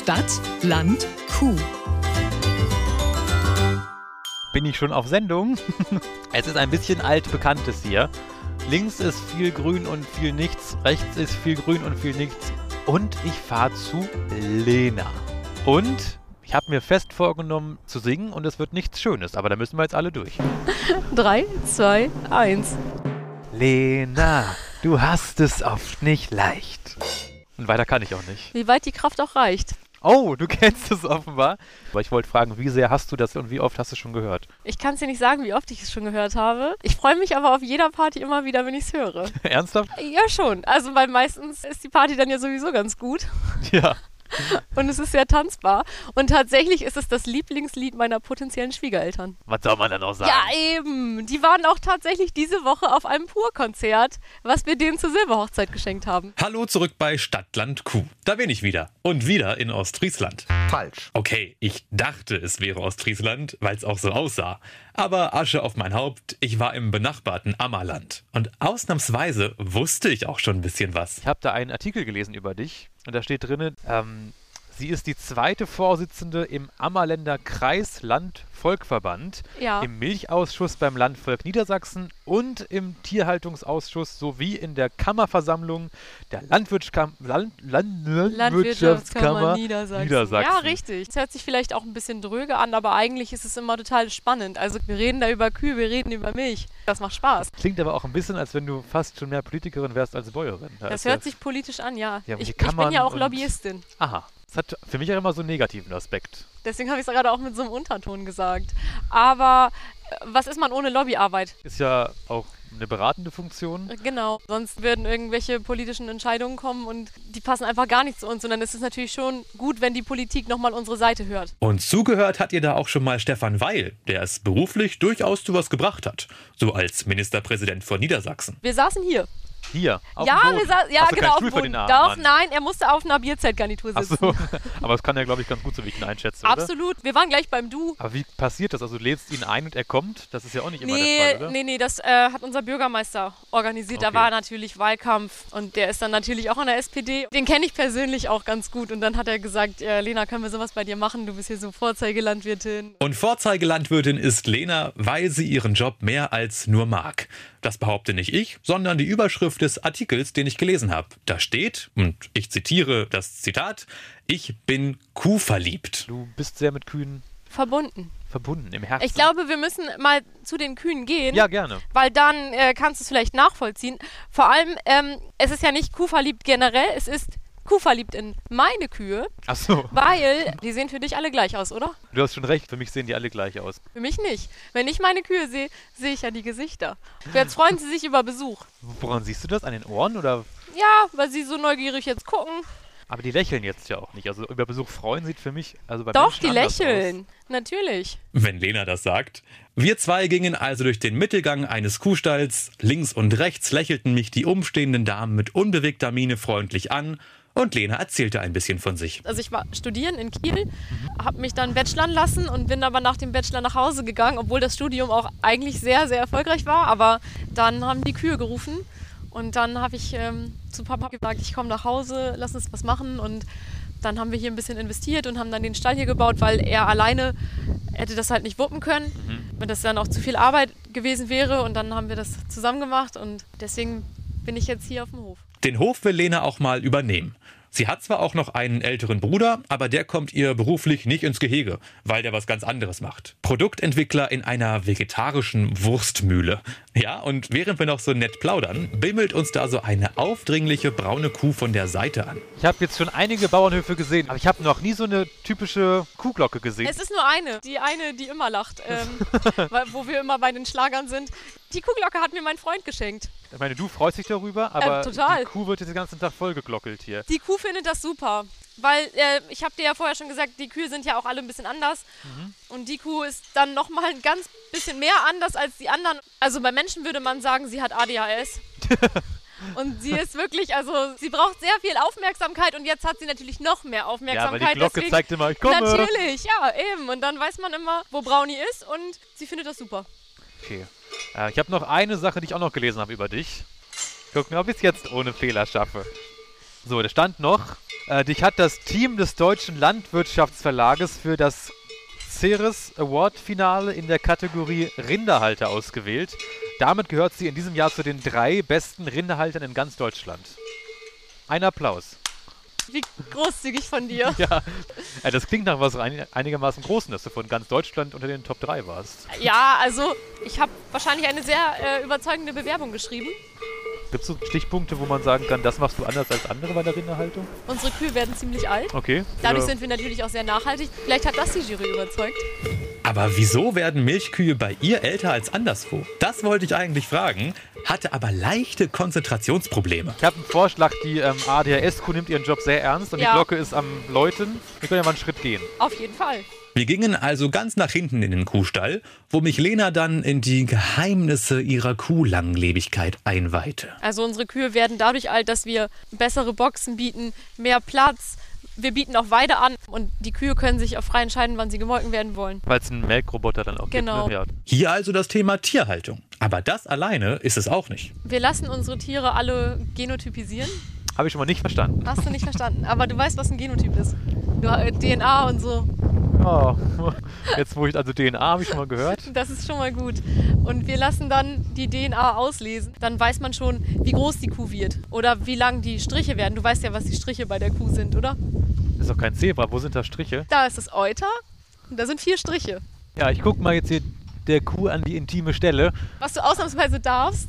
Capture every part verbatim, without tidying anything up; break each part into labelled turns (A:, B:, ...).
A: Stadt, Land, Kuh.
B: Bin ich schon auf Sendung? Es ist ein bisschen altbekanntes hier. Links ist viel Grün und viel Nichts, rechts ist viel Grün und viel Nichts. Und ich fahre zu Lena. Und ich habe mir fest vorgenommen zu singen und es wird nichts Schönes, aber da müssen wir jetzt alle durch.
C: Drei, zwei, eins.
B: Lena, du hast es oft nicht leicht. Und weiter kann ich auch nicht.
C: Wie weit die Kraft auch reicht.
B: Oh, du kennst es offenbar. Aber ich wollte fragen, wie sehr hast du das und wie oft hast du es schon gehört?
C: Ich kann es dir nicht sagen, wie oft ich es schon gehört habe. Ich freue mich aber auf jeder Party immer wieder, wenn ich es höre.
B: Ernsthaft?
C: Ja, schon. Also, weil meistens ist die Party dann ja sowieso ganz gut.
B: Ja.
C: Und es ist sehr tanzbar. Und tatsächlich ist es das Lieblingslied meiner potenziellen Schwiegereltern.
B: Was soll man da noch sagen?
C: Ja, eben. Die waren auch tatsächlich diese Woche auf einem Pur-Konzert, was wir denen zur Silberhochzeit geschenkt haben.
D: Hallo zurück bei Stadt, Land, Kuh. Da bin ich wieder. Und wieder in Ostfriesland.
E: Falsch.
D: Okay, ich dachte, es wäre Ostfriesland, weil es auch so aussah. Aber Asche auf mein Haupt, ich war im benachbarten Ammerland. Und ausnahmsweise wusste ich auch schon ein bisschen was.
B: Ich habe da einen Artikel gelesen über dich und da steht drin, ähm, sie ist die zweite Vorsitzende im Ammerländer Kreis-Land-Volkverband,
C: Ja.
B: im Milchausschuss beim Landvolk Niedersachsen und im Tierhaltungsausschuss sowie in der Kammerversammlung der Landwirtschaftskammer Land Land
C: Landwirtschaftskammer Niedersachsen.
B: Niedersachsen.
C: Ja, richtig. Es hört sich vielleicht auch ein bisschen dröge an, aber eigentlich ist es immer total spannend. Also wir reden da über Kühe, wir reden über Milch. Das macht Spaß.
B: Klingt aber auch ein bisschen, als wenn du fast schon mehr Politikerin wärst als Bäuerin. Da
C: Das
B: ist
C: hört
B: ja-
C: sich politisch an, ja.
B: Ja,
C: Ich,
B: die
C: ich bin
B: Kammern
C: ja auch
B: und-
C: Lobbyistin.
B: Aha. Das hat für mich auch immer so einen negativen Aspekt.
C: Deswegen habe ich es gerade auch mit so einem Unterton gesagt. Aber äh, was ist man ohne Lobbyarbeit?
B: Ist ja auch eine beratende Funktion.
C: Genau, sonst würden irgendwelche politischen Entscheidungen kommen und die passen einfach gar nicht zu uns. Und dann ist es natürlich schon gut, wenn die Politik nochmal unsere Seite hört.
D: Und zugehört hat ihr da auch schon mal Stefan Weil, der es beruflich durchaus zu was gebracht hat. So als Ministerpräsident von Niedersachsen.
C: Wir saßen hier.
B: Hier, auf
C: ja,
B: dem Boden.
C: wir sa- ja
B: Hast du
C: genau,
B: keinen
C: auf
B: Stuhl
C: dem
B: für den
C: Boden.
B: Arm,
C: Doch,
B: Mann?
C: nein, er musste auf einer Bierzeltgarnitur
B: Ach
C: sitzen.
B: so, aber das kann er, glaube ich, ganz gut, so wie ich ihn einschätze, oder?
C: Absolut, wir waren gleich beim Du.
B: Aber wie passiert das? Also du lädst ihn ein und er kommt? Das ist ja auch nicht immer
C: Nee,
B: der Fall, oder?
C: nee, nee, das äh, hat unser Bürgermeister organisiert. Da
B: Okay.
C: war natürlich Wahlkampf und der ist dann natürlich auch an der S P D. Den kenne ich persönlich auch ganz gut und dann hat er gesagt, äh, Lena, können wir sowas bei dir machen? Du bist hier so Vorzeigelandwirtin.
D: Und Vorzeigelandwirtin ist Lena, weil sie ihren Job mehr als nur mag. Das behaupte nicht ich, sondern die Überschrift des Artikels, den ich gelesen habe. Da steht, und ich zitiere das Zitat, ich bin kuhverliebt.
B: Du bist sehr mit Kühen
C: Verbunden.
B: verbunden, im Herzen.
C: Ich glaube, wir müssen mal zu den Kühen gehen.
B: Ja, gerne.
C: Weil dann äh, kannst du es vielleicht nachvollziehen. Vor allem, ähm, es ist ja nicht kuhverliebt generell, es ist kuhverliebt in meine Kühe,
B: Ach so,
C: weil die sehen für dich alle gleich aus, oder?
B: du hast schon recht, für mich sehen die alle gleich aus.
C: Für mich nicht. Wenn ich meine Kühe sehe, sehe ich ja die Gesichter. Jetzt freuen sie sich über Besuch.
B: Woran siehst du das? An den Ohren oder?
C: Ja, weil sie so neugierig jetzt gucken.
B: Aber die lächeln jetzt ja auch nicht. Also über Besuch freuen sieht für mich, also bei
C: Doch,
B: Menschen
C: die
B: anders
C: lächeln. Natürlich.
D: Wenn Lena das sagt. Wir zwei gingen also durch den Mittelgang eines Kuhstalls. Links und rechts lächelten mich die umstehenden Damen mit unbewegter Miene freundlich an. Und Lena erzählte ein bisschen von sich.
C: Also ich war studieren in Kiel, habe mich dann bachelorn lassen und bin aber nach dem Bachelor nach Hause gegangen, obwohl das Studium auch eigentlich sehr, sehr erfolgreich war. Aber dann haben die Kühe gerufen und dann habe ich ähm, zu Papa gesagt, ich komme nach Hause, lass uns was machen. Und dann haben wir hier ein bisschen investiert und haben dann den Stall hier gebaut, weil er alleine hätte das halt nicht wuppen können,
B: Mhm.
C: wenn das dann auch zu viel Arbeit gewesen wäre. Und dann haben wir das zusammen gemacht und deswegen bin ich jetzt hier auf dem Hof.
D: Den Hof will Lena auch mal übernehmen. Sie hat zwar auch noch einen älteren Bruder, aber der kommt ihr beruflich nicht ins Gehege, weil der was ganz anderes macht. Produktentwickler in einer vegetarischen Wurstmühle. Ja, und während wir noch so nett plaudern, bimmelt uns da so eine aufdringliche braune Kuh von der Seite an.
B: Ich habe jetzt schon einige Bauernhöfe gesehen, aber ich habe noch nie so eine typische Kuhglocke gesehen.
C: Es ist nur eine, die eine, die immer lacht, ähm, weil, wo wir immer bei den Schlagern sind. Die Kuhglocke hat mir mein Freund geschenkt.
B: Ich meine, du freust dich darüber, aber
C: total.
B: die Kuh wird jetzt den ganzen Tag vollgeglockelt hier.
C: Die Kuh findet das super, weil äh, ich habe dir ja vorher schon gesagt, die Kühe sind ja auch alle ein bisschen anders.
B: Mhm.
C: Und die Kuh ist dann nochmal ein ganz bisschen mehr anders als die anderen. Also bei Menschen würde man sagen, sie hat A D H S. Und sie ist wirklich, also sie braucht sehr viel Aufmerksamkeit und jetzt hat sie natürlich noch mehr
B: Ja, weil
C: Aufmerksamkeit.
B: die Glocke
C: deswegen,
B: zeigt immer, ich komme.
C: Natürlich, ja, eben. Und dann weiß man immer, wo Brownie ist und sie findet das super.
B: Okay. Äh, ich habe noch eine Sache, die ich auch noch gelesen habe über dich. Guck mal, ob ich es jetzt ohne Fehler schaffe. So, da stand noch, Äh, dich hat das Team des Deutschen Landwirtschaftsverlages für das Ceres Award Finale in der Kategorie Rinderhalter ausgewählt. Damit gehört sie in diesem Jahr zu den drei besten Rinderhaltern in ganz Deutschland. Ein Applaus.
C: Wie großzügig von dir.
B: Ja, äh, das klingt nach was ein, einigermaßen Großen, dass du von ganz Deutschland unter den Top drei warst.
C: Ja, also ich habe wahrscheinlich eine sehr äh, überzeugende Bewerbung geschrieben.
B: Gibt es so Stichpunkte, wo man sagen kann, das machst du anders als andere bei der Rinderhaltung?
C: Unsere Kühe werden ziemlich alt.
B: Okay.
C: Dadurch
B: Äh,
C: sind wir natürlich auch sehr nachhaltig. Vielleicht hat das die Jury überzeugt.
D: Aber wieso werden Milchkühe bei ihr älter als anderswo? Das wollte ich eigentlich fragen, hatte aber leichte Konzentrationsprobleme.
B: Ich habe einen Vorschlag, die ähm, A D H S-Kuh nimmt ihren Job sehr ernst und
C: Ja.
B: die Glocke ist am Läuten. Wir können ja mal einen Schritt gehen.
C: Auf jeden Fall.
D: Wir gingen also ganz nach hinten in den Kuhstall, wo mich Lena dann in die Geheimnisse ihrer Kuhlanglebigkeit einweihte.
C: Also unsere Kühe werden dadurch alt, dass wir bessere Boxen bieten, mehr Platz. Wir bieten auch Weide an und die Kühe können sich auch frei entscheiden, wann sie gemolken werden wollen.
B: Weil es einen Melkroboter dann auch
C: Genau.
B: gibt. Ne? Ja.
D: Hier also das Thema Tierhaltung. Aber das alleine ist es auch nicht.
C: Wir lassen unsere Tiere alle genotypisieren.
B: Habe ich schon mal nicht verstanden.
C: Hast du nicht verstanden. Aber du weißt, was ein Genotyp ist. Du, äh, D N A und so.
B: Ja. Jetzt, wo ich also D N A habe ich schon mal gehört.
C: Das ist schon mal gut. Und wir lassen dann die D N A auslesen. Dann weiß man schon, wie groß die Kuh wird. Oder wie lang die Striche werden. Du weißt ja, was die Striche bei der Kuh sind, oder?
B: Das ist doch kein Zebra. Wo sind da Striche?
C: Da ist das Euter. Und da sind vier Striche.
B: Ja, ich gucke mal jetzt hier der Kuh an die intime Stelle.
C: Was du ausnahmsweise darfst.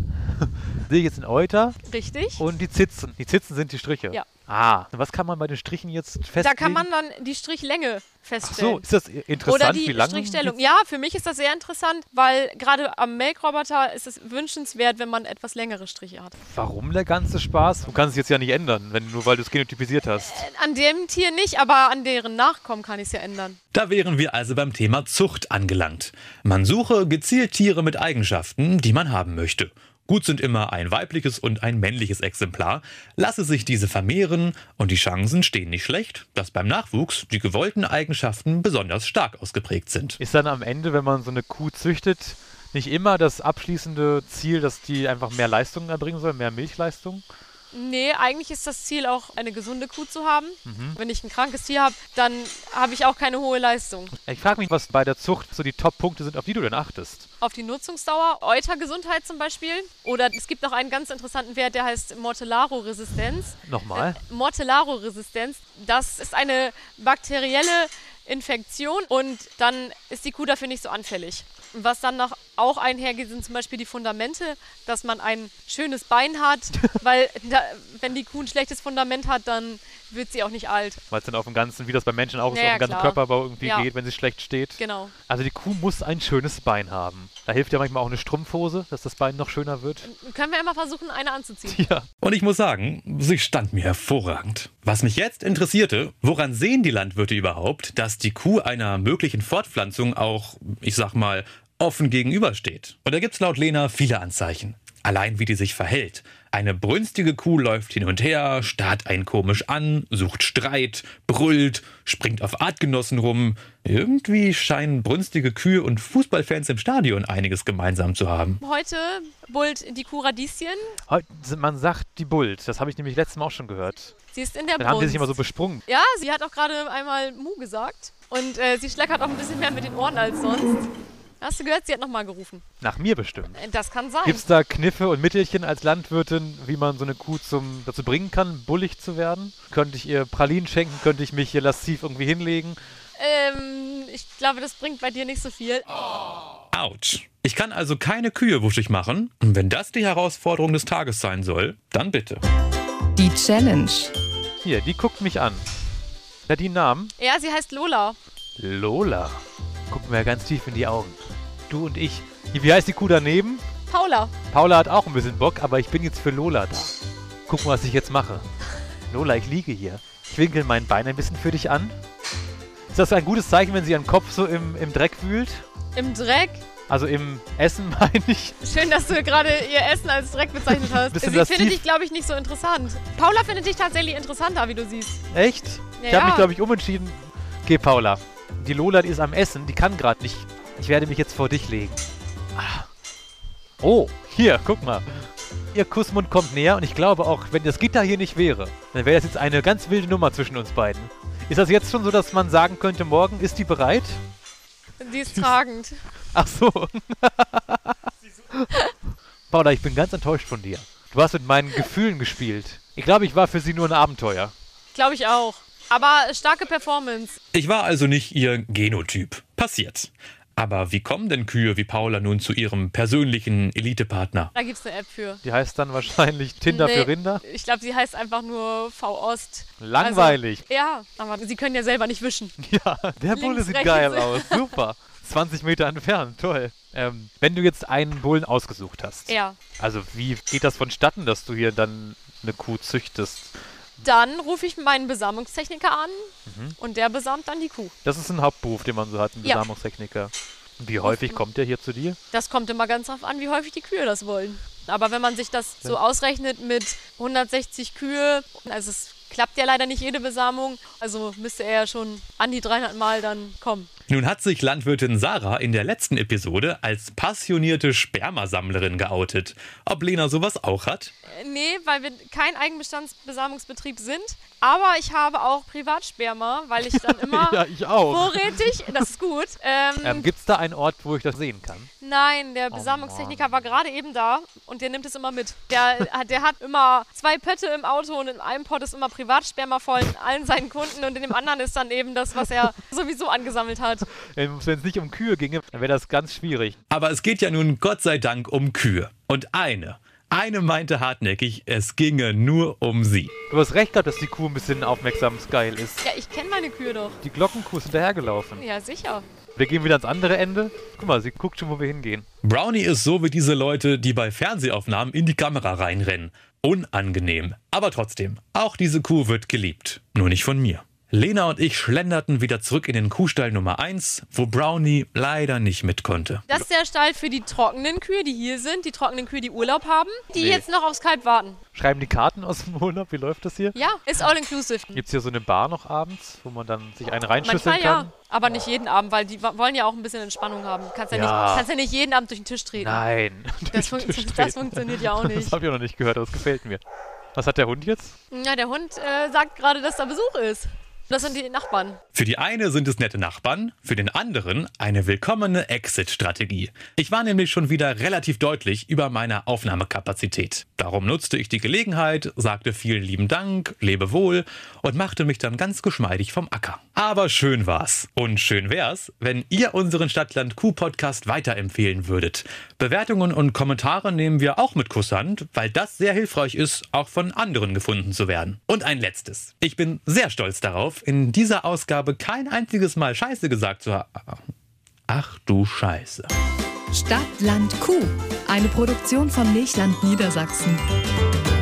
B: Sehe ich jetzt den Euter
C: Richtig.
B: und die Zitzen. Die Zitzen sind die Striche.
C: Ja.
B: Ah, was kann man bei den Strichen jetzt festlegen?
C: Da kann man dann die Strichlänge
B: Ach
C: feststellen.
B: so, ist das interessant,
C: Oder die
B: wie lange?
C: Strichstellung. Ja, für mich ist das sehr interessant, weil gerade am Melkroboter ist es wünschenswert, wenn man etwas längere Striche hat.
B: Warum der ganze Spaß? Du kannst es jetzt ja nicht ändern, wenn, nur weil du es genotypisiert hast.
C: An dem Tier nicht, aber an deren Nachkommen kann ich es ja ändern.
D: Da wären wir also beim Thema Zucht angelangt. Man suche gezielt Tiere mit Eigenschaften, die man haben möchte. Gut sind immer ein weibliches und ein männliches Exemplar. Lasse sich diese vermehren und die Chancen stehen nicht schlecht, dass beim Nachwuchs die gewollten Eigenschaften besonders stark ausgeprägt sind.
B: Ist dann am Ende, wenn man so eine Kuh züchtet, nicht immer das abschließende Ziel, dass die einfach mehr Leistung erbringen soll, mehr Milchleistung?
C: Nee, eigentlich ist das Ziel auch, eine gesunde Kuh zu haben. Mhm. Wenn ich ein krankes Tier habe, dann habe ich auch keine hohe Leistung.
B: Ich frage mich, was bei der Zucht so die Top-Punkte sind, auf die du denn achtest.
C: Auf die Nutzungsdauer, Eutergesundheit zum Beispiel. Oder es gibt noch einen ganz interessanten Wert, der heißt Mortellaro-Resistenz.
B: Nochmal?
C: Äh, Mortellaro-Resistenz, das ist eine bakterielle Infektion und dann ist die Kuh dafür nicht so anfällig. Was dann noch auch einhergeht, sind zum Beispiel die Fundamente, dass man ein schönes Bein hat, weil da, wenn die Kuh ein schlechtes Fundament hat, dann wird sie auch nicht alt.
B: Weil es dann auf dem ganzen, wie das bei Menschen auch ist,
C: Ja,
B: auf dem ganzen
C: klar.
B: Körperbau irgendwie
C: Ja.
B: geht, wenn sie schlecht steht.
C: Genau.
B: Also die Kuh muss ein schönes Bein haben. Da hilft ja manchmal auch eine Strumpfhose, dass das Bein noch schöner wird.
C: Können wir immer versuchen, eine anzuziehen?
B: Ja.
D: Und ich muss sagen, sie stand mir hervorragend. Was mich jetzt interessierte, woran sehen die Landwirte überhaupt, dass die Kuh einer möglichen Fortpflanzung auch, ich sag mal, offen gegenübersteht? Und da gibt's laut Lena viele Anzeichen. Allein wie die sich verhält. Eine brünstige Kuh läuft hin und her, starrt einen komisch an, sucht Streit, brüllt, springt auf Artgenossen rum. Irgendwie scheinen brünstige Kühe und Fußballfans im Stadion einiges gemeinsam zu haben.
C: Heute bullt die Kuh Radieschen.
B: Heute- Man sagt die Bullt, das habe ich nämlich letztes Mal auch schon gehört.
C: Sie ist in der
B: Dann haben die
C: Brunst.
B: sich immer so besprungen.
C: Ja, sie hat auch gerade einmal Mu gesagt. Und äh, sie schleckert auch ein bisschen mehr mit den Ohren als sonst. Hast du gehört? Sie hat nochmal gerufen.
B: Nach mir bestimmt.
C: Äh, Das kann sein.
B: Gibt es da Kniffe und Mittelchen als Landwirtin, wie man so eine Kuh zum, dazu bringen kann, bullig zu werden? Könnte ich ihr Pralinen schenken? Könnte ich mich hier lasziv irgendwie hinlegen?
C: Ähm, ich glaube, das bringt bei dir nicht so viel.
D: Autsch. Ich kann also keine Kühe wuschig machen. Und wenn das die Herausforderung des Tages sein soll, dann bitte.
A: Die Challenge.
B: Hier, die guckt mich an. Ja, die Namen?
C: Ja, sie heißt Lola.
B: Lola. Gucken wir ganz tief in die Augen. Du und ich. Wie heißt die Kuh daneben?
C: Paula.
B: Paula hat auch ein bisschen Bock, aber ich bin jetzt für Lola da. Guck mal, was ich jetzt mache. Lola, ich liege hier. Ich winkel mein Bein ein bisschen für dich an. Ist das ein gutes Zeichen, wenn sie ihren Kopf so im, im Dreck wühlt?
C: Im Dreck.
B: Also im Essen, meine ich.
C: Schön, dass du gerade ihr Essen als Dreck bezeichnet hast.
B: Bisschen
C: Sie
B: lasziv.
C: findet dich, glaube ich, nicht so interessant. Paula findet dich tatsächlich interessanter, wie du siehst.
B: Echt?
C: Ja,
B: Ich habe mich,
C: ja.
B: glaube ich, umentschieden. Okay, Paula. Die Lola, die ist am Essen. Die kann gerade nicht. Ich werde mich jetzt vor dich legen. Ah. Oh, hier, guck mal. Ihr Kussmund kommt näher und ich glaube auch, wenn das Gitter hier nicht wäre, dann wäre das jetzt eine ganz wilde Nummer zwischen uns beiden. Ist das jetzt schon so, dass man sagen könnte, morgen ist die bereit?
C: Die ist tragend.
B: Ach so. Paula, ich bin ganz enttäuscht von dir. Du hast mit meinen Gefühlen gespielt. Ich glaube, ich war für sie nur ein Abenteuer.
C: Glaube ich auch. Aber starke Performance.
D: Ich war also nicht ihr Genotyp. Passiert. Aber wie kommen denn Kühe wie Paula nun zu ihrem persönlichen Elitepartner?
C: Da gibt es eine App für.
B: Die heißt dann wahrscheinlich Tinder
C: Nee,
B: für Rinder?
C: Ich glaube, sie heißt einfach nur V-Ost.
B: Langweilig.
C: Also, ja, aber sie können ja selber nicht wischen.
B: Ja, der Bulle
C: Links,
B: sieht
C: rechts.
B: geil aus. Super. zwanzig Meter entfernt. Toll. Ähm, wenn du jetzt einen Bullen ausgesucht hast,
C: Ja.
B: also wie geht das vonstatten, dass du hier dann eine Kuh züchtest?
C: Dann rufe ich meinen Besamungstechniker an
B: Mhm.
C: und der besamt dann die Kuh.
B: Das ist ein Hauptberuf, den man so hat, ein
C: Ja.
B: Besamungstechniker. Wie häufig kommt der hier zu dir?
C: Das kommt immer ganz drauf an, wie häufig die Kühe das wollen. Aber wenn man sich das so ausrechnet mit hundertsechzig Kühe, also es klappt ja leider nicht jede Besamung, also müsste er ja schon an die dreihundert Mal dann kommen.
D: Nun hat sich Landwirtin Sarah in der letzten Episode als passionierte Spermasammlerin geoutet. Ob Lena sowas auch hat?
C: Äh, Nee, weil wir kein Eigenbestandsbesamungsbetrieb sind. Aber ich habe auch Privatsperma, weil ich dann immer
B: Ja, ich auch.
C: vorrätig, das ist gut. Ähm,
B: Ähm, Gibt es da einen Ort, wo ich das sehen kann?
C: Nein, der Besamungstechniker war gerade eben da und der nimmt es immer mit. Der, hat- der hat immer zwei Pötte im Auto und in einem Pott ist immer Privatsperma voll in allen seinen Kunden und in dem anderen ist dann eben das, was er sowieso angesammelt hat.
B: Wenn es nicht um Kühe ginge, dann wäre das ganz schwierig.
D: Aber es geht ja nun Gott sei Dank um Kühe. Und eine, eine meinte hartnäckig, es ginge nur um sie.
B: Du hast recht gehabt, dass die Kuh ein bisschen aufmerksam geil ist.
C: Ja, ich kenne meine Kühe doch.
B: Die Glockenkuh ist hinterhergelaufen.
C: Ja, sicher.
B: Wir gehen wieder ans andere Ende. Guck mal, sie guckt schon, wo wir hingehen.
D: Brownie ist so wie diese Leute, die bei Fernsehaufnahmen in die Kamera reinrennen. Unangenehm. Aber trotzdem, auch diese Kuh wird geliebt. Nur nicht von mir. Lena und ich schlenderten wieder zurück in den Kuhstall Nummer eins, wo Brownie leider nicht mit konnte.
C: Das ist der Stall für die trockenen Kühe, die hier sind, die trockenen Kühe, die Urlaub haben, die
B: Nee.
C: jetzt noch aufs Kalb warten.
B: Schreiben die Karten aus dem Urlaub? Wie läuft das hier?
C: Ja, ist all inclusive.
B: Gibt es hier so eine Bar noch abends, wo man dann sich einen reinschüsseln
C: Manchmal ja,
B: kann?
C: aber nicht jeden Abend, weil die wa- wollen ja auch ein bisschen Entspannung haben. Kannst ja,
B: Ja.
C: Nicht, kannst ja nicht jeden Abend durch den Tisch treten.
B: Nein.
C: Das, fun
B: Durch den Tisch
C: das
B: treten.
C: funktioniert ja auch
B: Das
C: nicht.
B: habe ich auch noch nicht gehört, aber das gefällt mir. Was hat der Hund jetzt?
C: Ja, der Hund äh, sagt gerade, dass da Besuch ist. Das sind die Nachbarn.
D: Für die eine sind es nette Nachbarn, für den anderen eine willkommene Exit-Strategie. Ich war nämlich schon wieder relativ deutlich über meiner Aufnahmekapazität. Darum nutzte ich die Gelegenheit, sagte vielen lieben Dank, lebe wohl und machte mich dann ganz geschmeidig vom Acker. Aber schön war's. Und schön wär's, wenn ihr unseren Stadtland-Kuh-Podcast weiterempfehlen würdet. Bewertungen und Kommentare nehmen wir auch mit Kusshand, weil das sehr hilfreich ist, auch von anderen gefunden zu werden. Und ein letztes. Ich bin sehr stolz darauf, in dieser Ausgabe kein einziges Mal Scheiße gesagt zu haben. Ach du Scheiße.
A: Stadt, Land, Kuh. Eine Produktion von Milchland Niedersachsen.